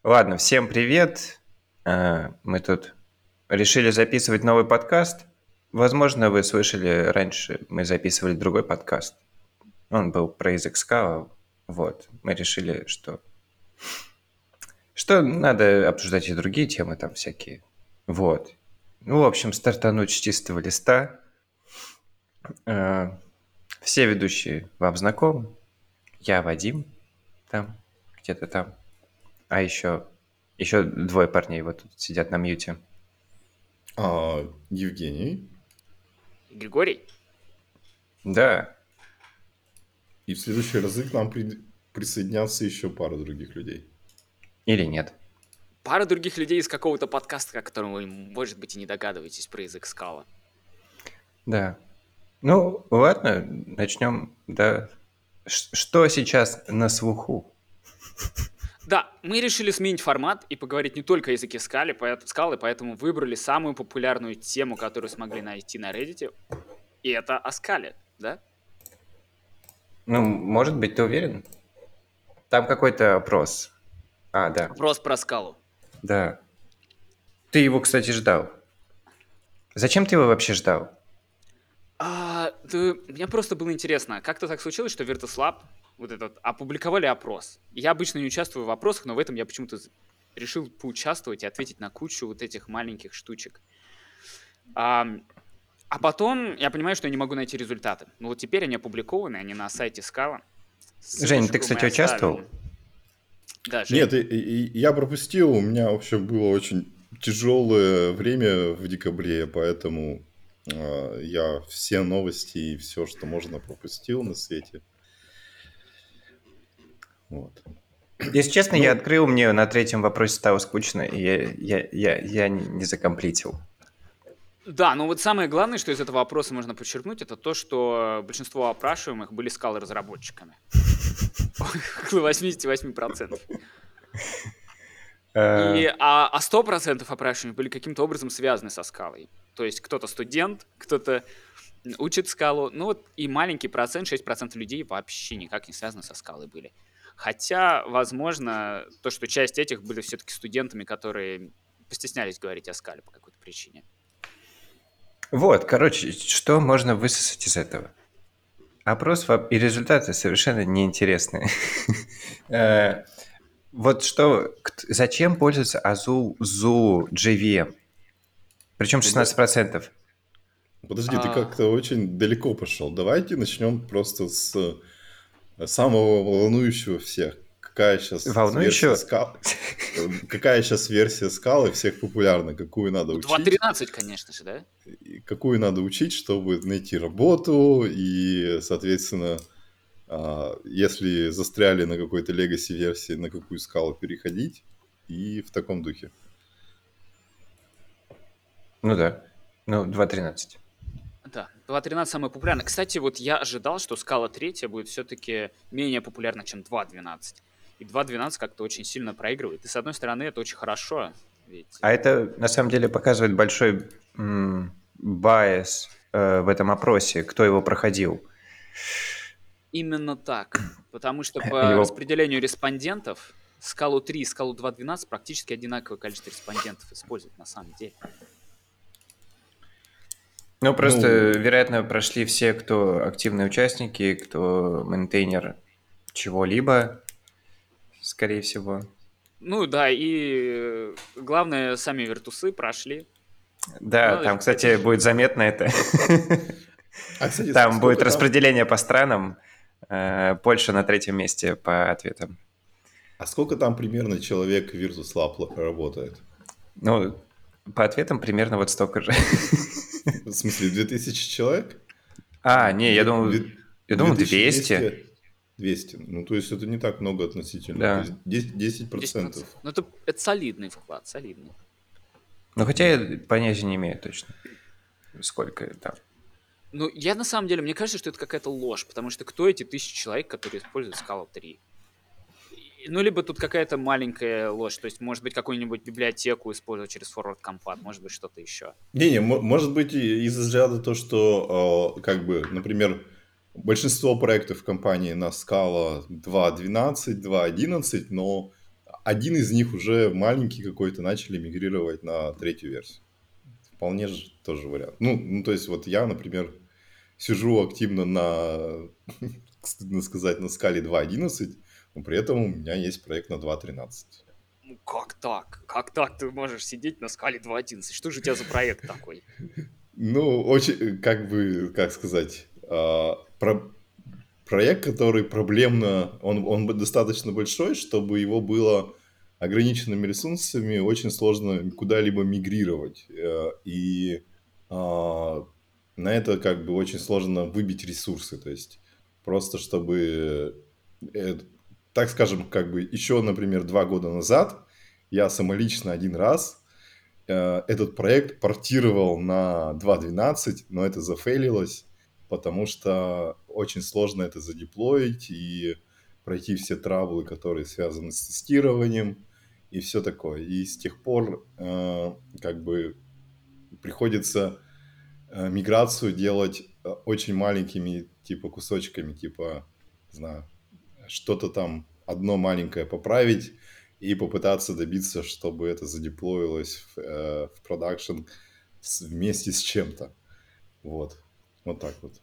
Ладно, всем привет. Мы тут решили записывать новый подкаст. Возможно, вы слышали раньше, мы записывали другой подкаст. Он был про язык Scala. Вот, мы решили, что надо обсуждать и другие темы там всякие. Вот. Ну, в общем, стартануть с чистого листа. Э, Все ведущие вам знакомы. Я Вадим, там, где-то там. А еще двое парней вот тут сидят на мьюте. Евгений. Григорий? Да, И в следующие разы к нам присоединятся еще пара других людей. или нет. Пара других людей из какого-то подкаста, о котором вы, может быть, и не догадываетесь про язык Scala. Да. Ну, ладно, начнем. Да. Что сейчас на слуху? Да, мы решили сменить формат и поговорить не только о языке Scala, поэтому выбрали самую популярную тему, которую смогли найти на Reddit, и это о Scala, да? Ну, может быть, ты уверен? Там какой-то опрос. Да, Вопрос про Scala. да. Ты его, кстати, ждал. Зачем ты его вообще ждал? Да, мне просто было интересно, как-то так случилось, что Virtus.lab вот этот опубликовали опрос. Я обычно не участвую в опросах, но в этом я почему-то решил поучаствовать и ответить на кучу вот этих маленьких штучек. А потом я понимаю, что я не могу найти результаты. Ну вот теперь они опубликованы, они на сайте Scala. Жень, ты, Ссылочку мы кстати, участвовал? оставим. Да, Жень. Нет, я пропустил. У меня вообще было очень тяжелое время в декабре, поэтому я все новости и все, что можно, пропустил на свете. Вот. Если честно, я Ну, открыл, мне на третьем вопросе стало скучно, и я не закомплитил. Да, но вот самое главное, что из этого вопроса можно подчеркнуть, это то, что большинство опрашиваемых были Scala-разработчиками. Около 88%. А 100% опрашиваемых были каким-то образом связаны со скалой. То есть кто-то студент, кто-то учит скалу. Ну вот и маленький процент, 6% людей вообще никак не связаны со скалой были. Хотя, возможно, то, что часть этих были все-таки студентами, которые постеснялись говорить о скале по какой-то причине. Вот, короче, что можно высосать из этого? Опрос и результаты совершенно неинтересные. Вот зачем пользоваться Azul Zoo JVM? Причем 16%. подожди, ты как-то очень далеко пошел. Давайте начнем просто с самого волнующего всех. Какая сейчас версия Волнующего? Какая сейчас версия скалы всех популярна? Какую надо учить? 2.13, конечно же, да? Какую надо учить, чтобы найти работу и, соответственно, если застряли на какой-то legacy версии, на какую скалу переходить и в таком духе. Ну да. Ну, 2.13. Да, 2.13 самая популярная. Кстати, вот я ожидал, что скала 3 будет все-таки менее популярна, чем 2.12. И 2.12 как-то очень сильно проигрывает. И с одной стороны, это очень хорошо. Ведь... А это на самом деле показывает большой байс в этом опросе, кто его проходил. Именно так. Потому что по Его... распределению респондентов скалу 3 и скалу 2.12 практически одинаковое количество респондентов используют на самом деле. Ну, просто, вероятно, прошли все, кто активные участники, кто мейнтейнер чего-либо, скорее всего. Ну да, и главное, сами виртусы прошли. Да, Ну, там, кстати, будет заметно это. Кстати, Там будет сколько распределение по странам. Польша на третьем месте по ответам. А сколько там примерно человек в Virtus Lab работает? Ну, по ответам примерно вот столько же. В смысле, 2000 человек? Не, я думал 200. 200. Ну, то есть, это не так много относительно. Да. То есть, 10%. Ну, это солидный вклад, солидный. Ну, хотя я понятия не имею точно, сколько там. Ну, я на самом деле, мне кажется, что это какая-то ложь, потому что кто эти 1000 человек, которые используют Scala 3? Ну, либо тут какая-то маленькая ложь, то есть, может быть, какую-нибудь библиотеку использовать через Forward Compat, может быть, что-то еще. Не, может быть, из разряда то, что, как бы, например, большинство проектов компании на Scala 2.12, 2.11, но один из них уже маленький какой-то, начали мигрировать на третью версию. Вполне же тоже вариант. То есть вот я, например, сижу активно на, стыдно сказать, на скале 2.11, но при этом у меня есть проект на 2.13. Ну как так? Как так ты можешь сидеть на скале 2.11? Что же у тебя за проект такой? Очень, как сказать, проект, который проблемно, он достаточно большой, чтобы его было ограниченными ресурсами очень сложно куда-либо мигрировать. И на это очень сложно выбить ресурсы. То есть просто чтобы, так скажем, еще, например, 2 года назад я самолично один раз этот проект портировал на 2.12, но это зафейлилось, потому что очень сложно это задеплоить и пройти все траблы, которые связаны с тестированием и все такое. И с тех пор приходится миграцию делать очень маленькими типа кусочками, типа, не знаю, что-то там одно маленькое поправить и попытаться добиться, чтобы это задеплоилось в продакшн вместе с чем-то. Вот так вот.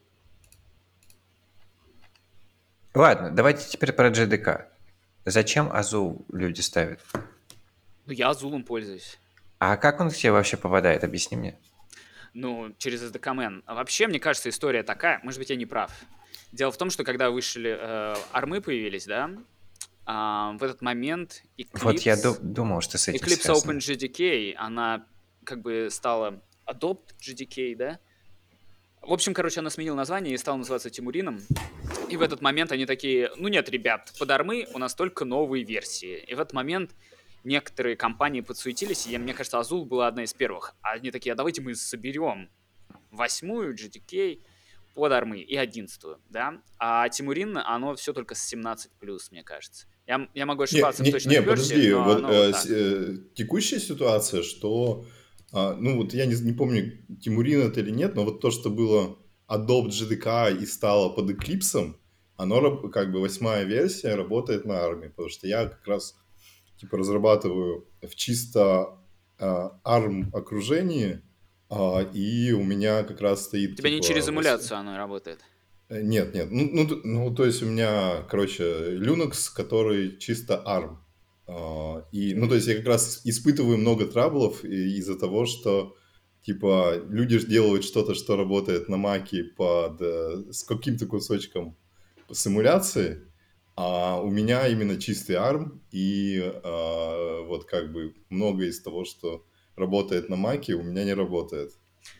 Ладно, давайте теперь про JDK. Зачем Azul люди ставят? Ну, я Азулом пользуюсь. А как он к тебе вообще попадает? Объясни мне. Ну, через SDK-мен. А вообще, мне кажется, история такая, может быть, я не прав. Дело в том, что когда вышли армы появились, да, в этот момент Вот я Eclipse, думал, что с этим Eclipse связано. OpenJDK, она как бы стала Adopt JDK, да? В общем, короче, она сменила название и стала называться Тимурином. И в этот момент они такие, ну нет, ребят, под армы у нас только новые версии. И в этот момент некоторые компании подсуетились, и мне кажется, Azul была одна из первых. А они такие, а давайте мы соберем 8-ю JDK под армы и 11-ю, да? А Тимурин, оно все только с 17+, мне кажется. Я могу ошибаться в точных версиях, подожди, но вот оно вот так. текущая ситуация, что, вот я не помню, Тимурин это или нет, но вот то, что было Adopt JDK и стало под Eclipse, оно 8-я версия работает на армии, потому что я как раз типа разрабатываю в чисто ARM окружении, и у меня как раз У стоит тебя не через типа эмуляцию оно работает. нет, то есть у меня, короче, Linux, который чисто ARM. То есть я как раз испытываю много траблов из-за того, что, типа, люди делают что-то, что работает на Маке с каким-то кусочком симуляции, а у меня именно чистый ARM, и много из того, что работает на Маке, у меня не работает.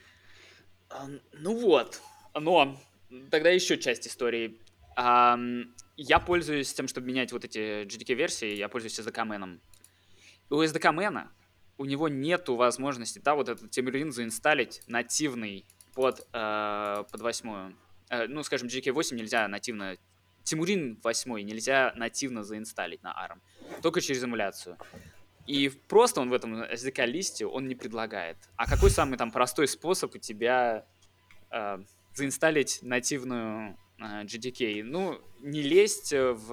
Ну вот, но тогда еще часть истории. Я пользуюсь тем, чтобы менять вот эти JDK-версии, я пользуюсь SDK-меном. И у SDK-мена у него нету возможности, да, вот этот Тимурин заинсталить нативный под 8-ю. Ну, скажем, JDK 8 нельзя нативно... Тимурин 8 нельзя нативно заинсталить на ARM. Только через эмуляцию. И просто он в этом SDK-листе он не предлагает. А какой самый там простой способ у тебя заинсталить нативную JDK? Ну, не лезть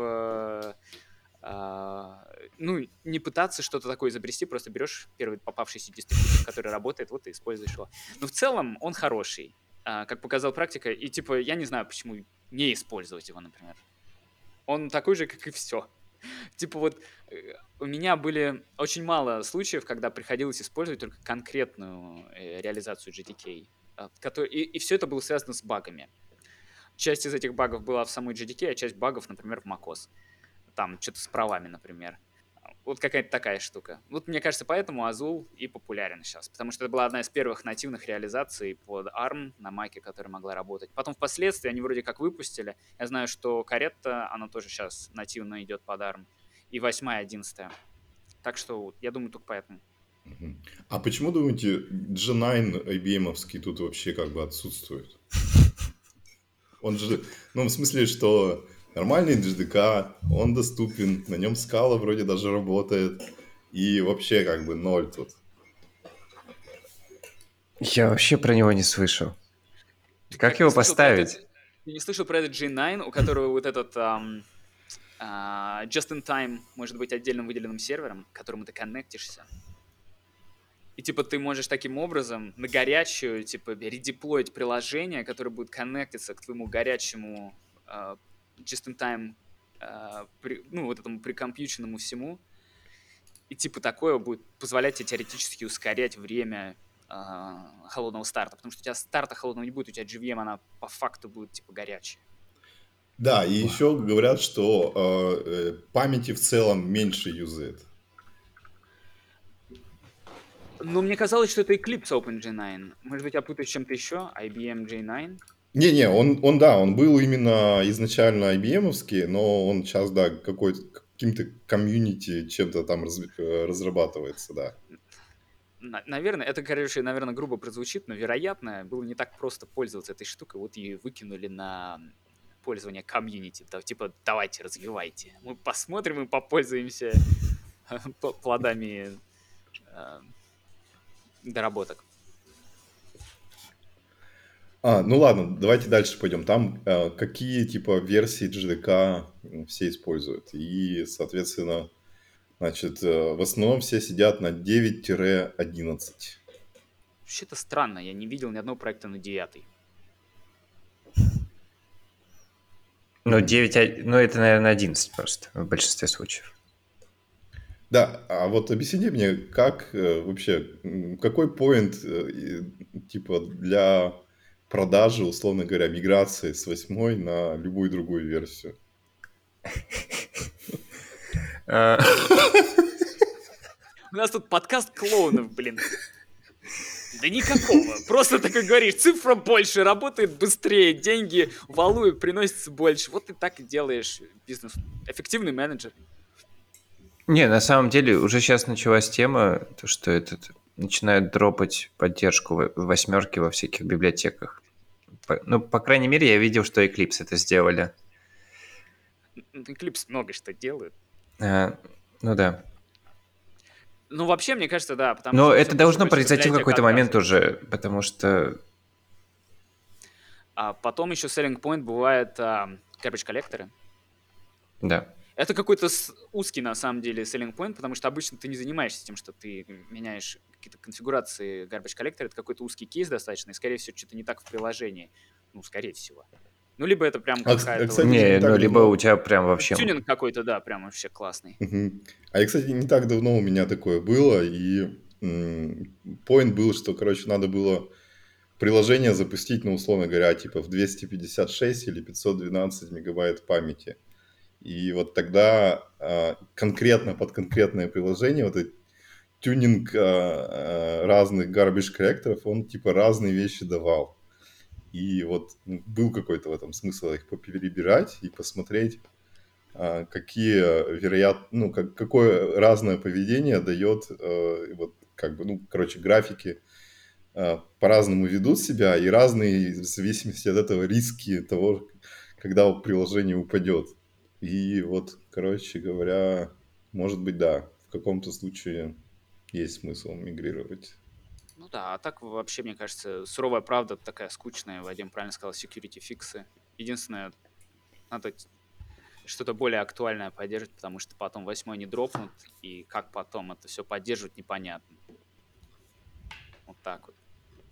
ну, не пытаться что-то такое изобрести, просто берешь первый попавшийся дистрибутив, который работает, вот и используешь его. Но в целом он хороший, как показала практика, и типа я не знаю, почему не использовать его, например. Он такой же, как и все. Типа вот у меня были очень мало случаев, когда приходилось использовать только конкретную реализацию GTK. И все это было связано с багами. Часть из этих багов была в самой GDK, а часть багов, например, в macOS. Там что-то с правами, например. Вот какая-то такая штука. Вот мне кажется, поэтому Azul и популярен сейчас. Потому что это была одна из первых нативных реализаций под ARM на Маке, которая могла работать. Потом впоследствии они вроде как выпустили. Я знаю, что Coretta, она тоже сейчас нативно идет под ARM. И 8-я, 11-я. Так что я думаю, только поэтому. А почему, думаете, G9 IBM-овский тут вообще отсутствует? Он же, в смысле, что нормальный JDK, он доступен, на нем скала вроде даже работает, и вообще ноль тут. Я вообще про него не слышал. Ты Как не его слышал про поставить? Ты не слышал про этот G9, у которого вот этот Just-in-time может быть отдельным выделенным сервером, к которому ты коннектишься. И типа ты можешь таким образом на горячую типа редеплоить приложение, которое будет коннектиться к твоему горячему just-in-time, ну вот этому прикомпьюченному всему. И типа такое будет позволять тебе теоретически ускорять время холодного старта. Потому что у тебя старта холодного не будет, у тебя GVM, она по факту будет типа горячая. Да, и еще говорят, что памяти в целом меньше юзает. Но мне казалось, что это Eclipse OpenG9. Может быть, я путаю с чем-то еще? IBM J9? Не-не, он был именно изначально IBM-овский, но он сейчас, да, каким-то комьюнити чем-то там разрабатывается, да. Наверное, это, короче, наверное, грубо прозвучит, но, вероятно, было не так просто пользоваться этой штукой. Вот ее выкинули на пользование комьюнити. Типа, давайте, развивайте. Мы посмотрим и попользуемся плодами доработок. Ну ладно, давайте дальше пойдем. Там какие типа версии JDK все используют. И, соответственно, значит, в основном все сидят на 9-11. Вообще-то странно, я не видел ни одного проекта на 9. Ну, 9, ну, это, наверное, 11 просто в большинстве случаев. Да, а вот объясни мне, как вообще, какой поинт типа для продажи, условно говоря, миграции с 8 на любую другую версию? У нас тут подкаст клоунов, блин. Да никакого. Просто такой говоришь, цифра больше, работает быстрее, деньги валуют, приносится больше. Вот ты так и делаешь бизнес. Эффективный менеджер. Не, на самом деле уже сейчас началась тема, то, что начинают дропать поддержку в 8 во всяких библиотеках. Ну, по крайней мере, я видел, что Eclipse это сделали. Eclipse много что делает. Ну да. Ну, вообще, мне кажется, да. Потому Но что это всё должно больше и больше произойти в библиотек какой-то момент отказывается. уже, потому что... А потом еще selling point бывает garbage коллекторы. Да. Это какой-то узкий, на самом деле, selling point, потому что обычно ты не занимаешься тем, что ты меняешь какие-то конфигурации garbage коллектора. Это какой-то узкий кейс достаточно, и, скорее всего, что-то не так в приложении. Ну, скорее всего. Ну, либо это прям какая-то... кстати, Не, не так ну, либо давно... у тебя прям вообще... Тюнинг какой-то, да, прям вообще классный. А я, кстати, не так давно у меня такое было, и поинт был, что, короче, надо было приложение запустить, ну, условно говоря, типа в 256 или 512 мегабайт памяти. И вот тогда конкретно под конкретное приложение вот этот тюнинг разных garbage коллекторов, он типа разные вещи давал. И вот был какой-то в этом смысл их поперебирать и посмотреть, какие вероятно, какое разное поведение дает, вот как бы, ну, короче, графики по-разному ведут себя, и разные, в зависимости от этого, риски того, когда приложение упадет. И вот, короче говоря, может быть, да, в каком-то случае есть смысл мигрировать. Ну да, а так вообще, мне кажется, суровая правда такая скучная. Вадим правильно сказал, security фиксы. Единственное, надо что-то более актуальное поддерживать, потому что потом 8 не дропнут, и как потом это все поддерживать, непонятно. Вот так вот.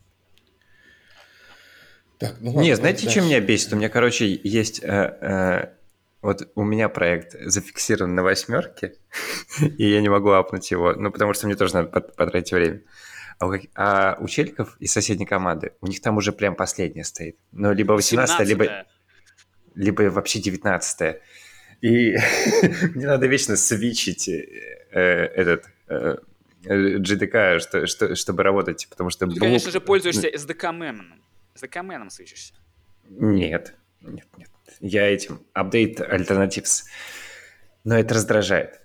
Так, ну ладно, Не, давайте знаете, что дальше. меня бесит? У меня, короче, есть... вот у меня проект зафиксирован на 8, и я не могу апнуть его, ну, потому что мне тоже надо потратить время. А у челиков из соседней команды, у них там уже прям последнее стоит. Ну, либо 18, 17-е. либо вообще 19. И мне надо вечно свичить этот GDK, чтобы работать, потому что... Ты, конечно же, пользуешься SDK-меном. SDK-меном свечишься. Нет. Я этим update alternatives. Но это раздражает.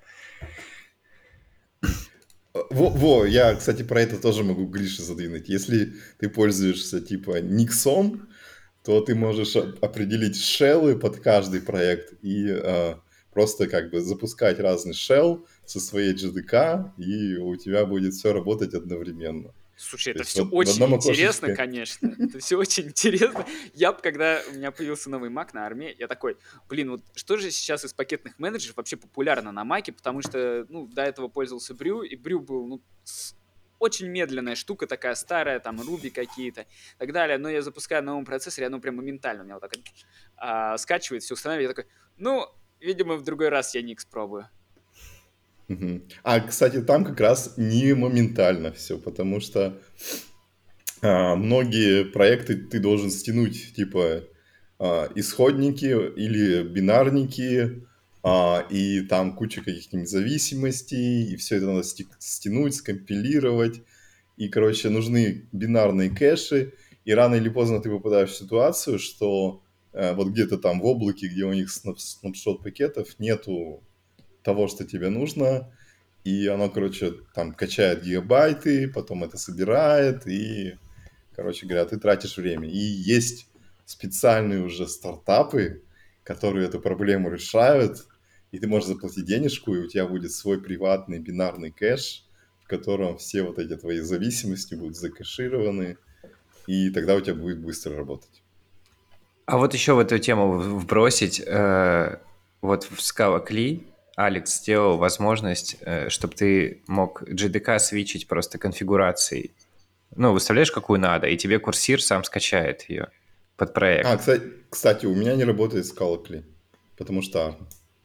Я, кстати, про это тоже могу Грише задвинуть. Если ты пользуешься типа Никсом, то ты можешь определить шеллы под каждый проект и просто как бы запускать разный shell со своей JDK, и у тебя будет все работать одновременно. Слушай, То это есть все в очень одном интересно, окошечке. конечно. Это все очень интересно. Когда у меня появился новый Mac на армии, я такой, блин, вот что же сейчас из пакетных менеджеров вообще популярно на Маке, потому что, ну, до этого пользовался Брю, и Брю был, ну, очень медленная штука такая старая, там, Руби какие-то, и так далее. Но я запускаю на новом процессоре, оно прям моментально у меня вот так скачивает, все устанавливает. Я такой, ну, видимо, в другой раз я Никс пробую. Мгм. А, кстати, там как раз не моментально все, потому что многие проекты ты должен стянуть, типа, исходники или бинарники, и там куча каких-нибудь зависимостей, и все это надо стянуть, скомпилировать. И, короче, нужны бинарные кэши, и рано или поздно ты попадаешь в ситуацию, что вот где-то там в облаке, где у них снапшот пакетов, нету того, что тебе нужно, и оно, короче, там качает гигабайты, потом это собирает, и, короче говоря, ты тратишь время. И есть специальные уже стартапы, которые эту проблему решают, и ты можешь заплатить денежку, и у тебя будет свой приватный бинарный кэш, в котором все вот эти твои зависимости будут закэшированы, и тогда у тебя будет быстро работать. А вот еще в эту тему вбросить, вот в Scala CLI Алекс сделал возможность, чтобы ты мог JDK свитчить просто конфигурацией. Ну, выставляешь, какую надо, и тебе курсир сам скачает ее под проект. Кстати, у меня не работает Scala CLI, потому что ARM.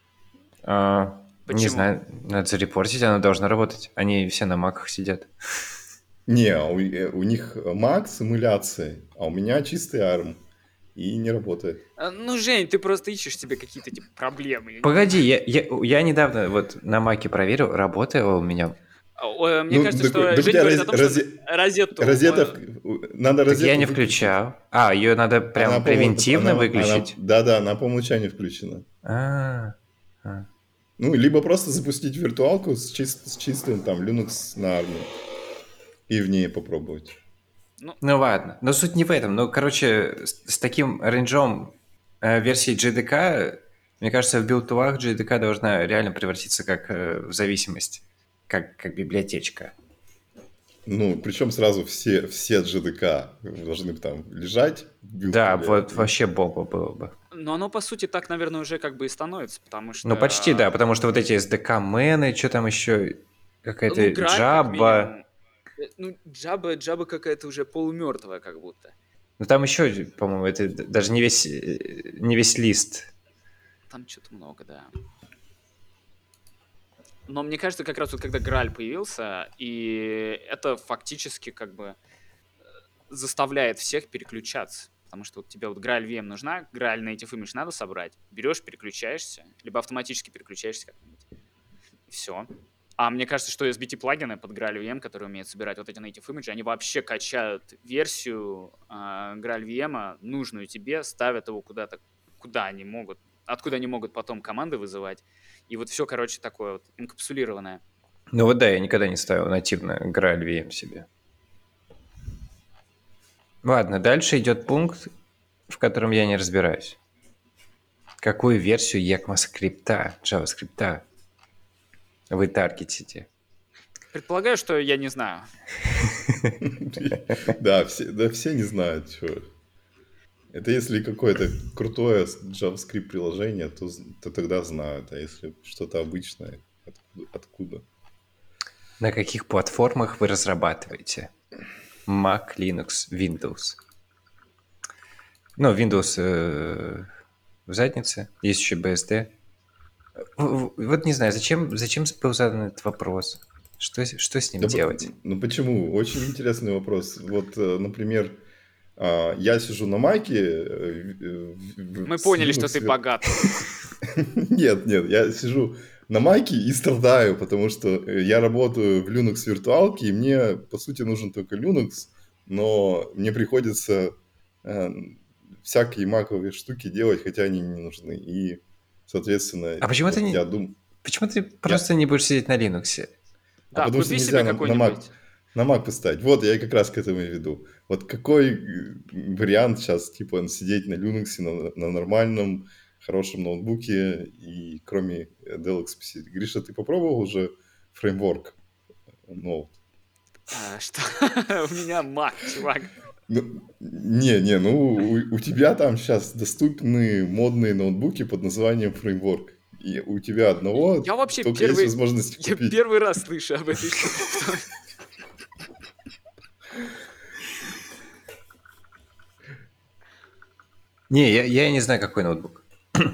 Не Почему? знаю, надо зарепортить, она должна работать. Они все на маках сидят. Не, у них Mac с эмуляцией, а у меня чистый ARM. И не работает. Ну, Жень, ты просто ищешь себе какие-то типа проблемы, я не Погоди, понимаю. я недавно вот на маке проверил, работало у меня. Мне Ну, кажется, так, что так у Жень тебя говорит о том, что розетту... розета, надо Так я розету не выключить. включал. Ее надо прям превентивно выключить. Да-да, она по умолчанию включена. А, а. Ну, либо просто запустить виртуалку с чистым там Linux на армии и в ней попробовать. Ну, Ну ладно, но суть не в этом. Ну, короче, с таким рейнджом версии JDK, мне кажется, в билд-тулах JDK должна реально превратиться как в зависимость, как библиотечка. Ну, причем сразу все GDK должны там лежать в Да, билд-пуле. вот вообще бомба было бы. но оно, по сути, так, наверное, уже как бы и становится, потому Ну, почти, что, да, потому что вот эти SDK-мены, что там еще, какая-то ну, Грааль как Java. минимум... Ну, Джаба какая-то уже полумертвая как будто. Ну, там еще, по-моему, это даже не весь лист. Там что-то много, да. Но мне кажется, как раз вот когда Грааль появился, и это фактически как бы заставляет всех переключаться. Потому что вот тебе вот Graal VM нужна, Graal Native Image надо собрать, берешь, переключаешься, либо автоматически переключаешься как-нибудь. И все. А мне кажется, что SBT плагины под Graal VM, которые умеют собирать вот эти Native Image, они вообще качают версию Graal VM, нужную тебе, ставят его куда-то, куда они могут, откуда они могут потом команды вызывать. И вот все, короче, такое вот инкапсулированное. Ну вот да, я никогда не ставил нативно Graal VM себе. Ладно, дальше идет пункт, в котором я не разбираюсь. Какую версию ECMAScript, JavaScript вы таргетите? Предполагаю, что я не знаю. Да, все не знают, что. Это если какое-то крутое JavaScript приложение, то тогда знают. А если что-то обычное, откуда? На каких платформах вы разрабатываете? Mac, Linux, Windows. Ну, Windows в заднице. Есть еще BSD. Вот не знаю, зачем был задан этот вопрос? Что с ним делать? Ну почему? Очень интересный вопрос. Вот, например, я сижу на Маке Мы с поняли, что Linux. ты богат. Нет, я сижу на Маке и страдаю, потому что я работаю в Linux виртуалке, и мне, по сути, нужен только Linux, но мне приходится э, всякие маковые штуки делать, хотя они не нужны. И, соответственно, А почему ты вот я не... думаю... Почему ты Я... просто не будешь сидеть на Linux? А Да, потому что купи нельзя себе на Mac, какой-нибудь. на Mac поставить. Вот, я как раз к этому и веду. Вот какой вариант сейчас, типа, сидеть на Linux, на нормальном, хорошем ноутбуке, и кроме Dell XPC. Гриша, ты попробовал уже фреймворк Node? Что у меня Mac, чувак. У тебя там сейчас доступны модные ноутбуки под названием Framework. И у тебя одного Я вообще только есть возможность я купить. первый раз слышу об этой штуке. Не, я не знаю, какой ноутбук.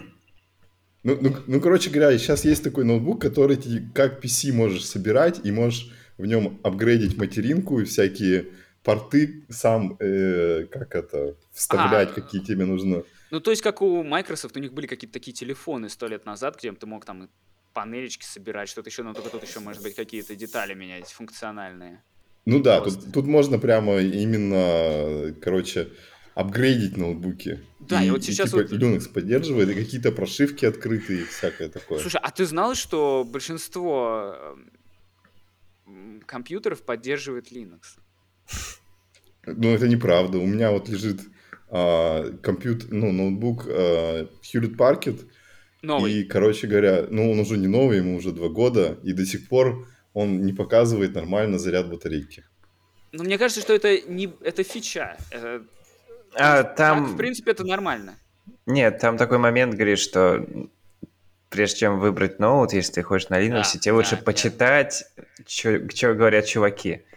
Короче говоря, сейчас есть такой ноутбук, который ты как PC можешь собирать и можешь в нем апгрейдить материнку и всякие порты сам, вставлять, какие тебе нужно. Ну, то есть, как у Microsoft, у них были какие-то такие телефоны 100 лет назад, где ты мог там и панелечки собирать, что-то еще, но только тут еще, может быть, какие-то детали менять, функциональные. Ну да, Просто. тут можно прямо именно, короче, апгрейдить ноутбуки. Да, и вот сейчас типа вот... Linux поддерживает, и какие-то прошивки открытые, и всякое такое. Слушай, а ты знал, что большинство компьютеров поддерживает Linux? Ну, это неправда. У меня вот лежит ноутбук Hewlett Packard. Новый. И, короче говоря, он уже не новый, ему уже 2 года, и до сих пор он не показывает нормально заряд батарейки. Но мне кажется, что это фича. Там... Так, в принципе, это нормально. Нет, там такой момент, говорит, что прежде чем выбрать ноут, если ты хочешь на Linux, тебе лучше почитать, что говорят чуваки.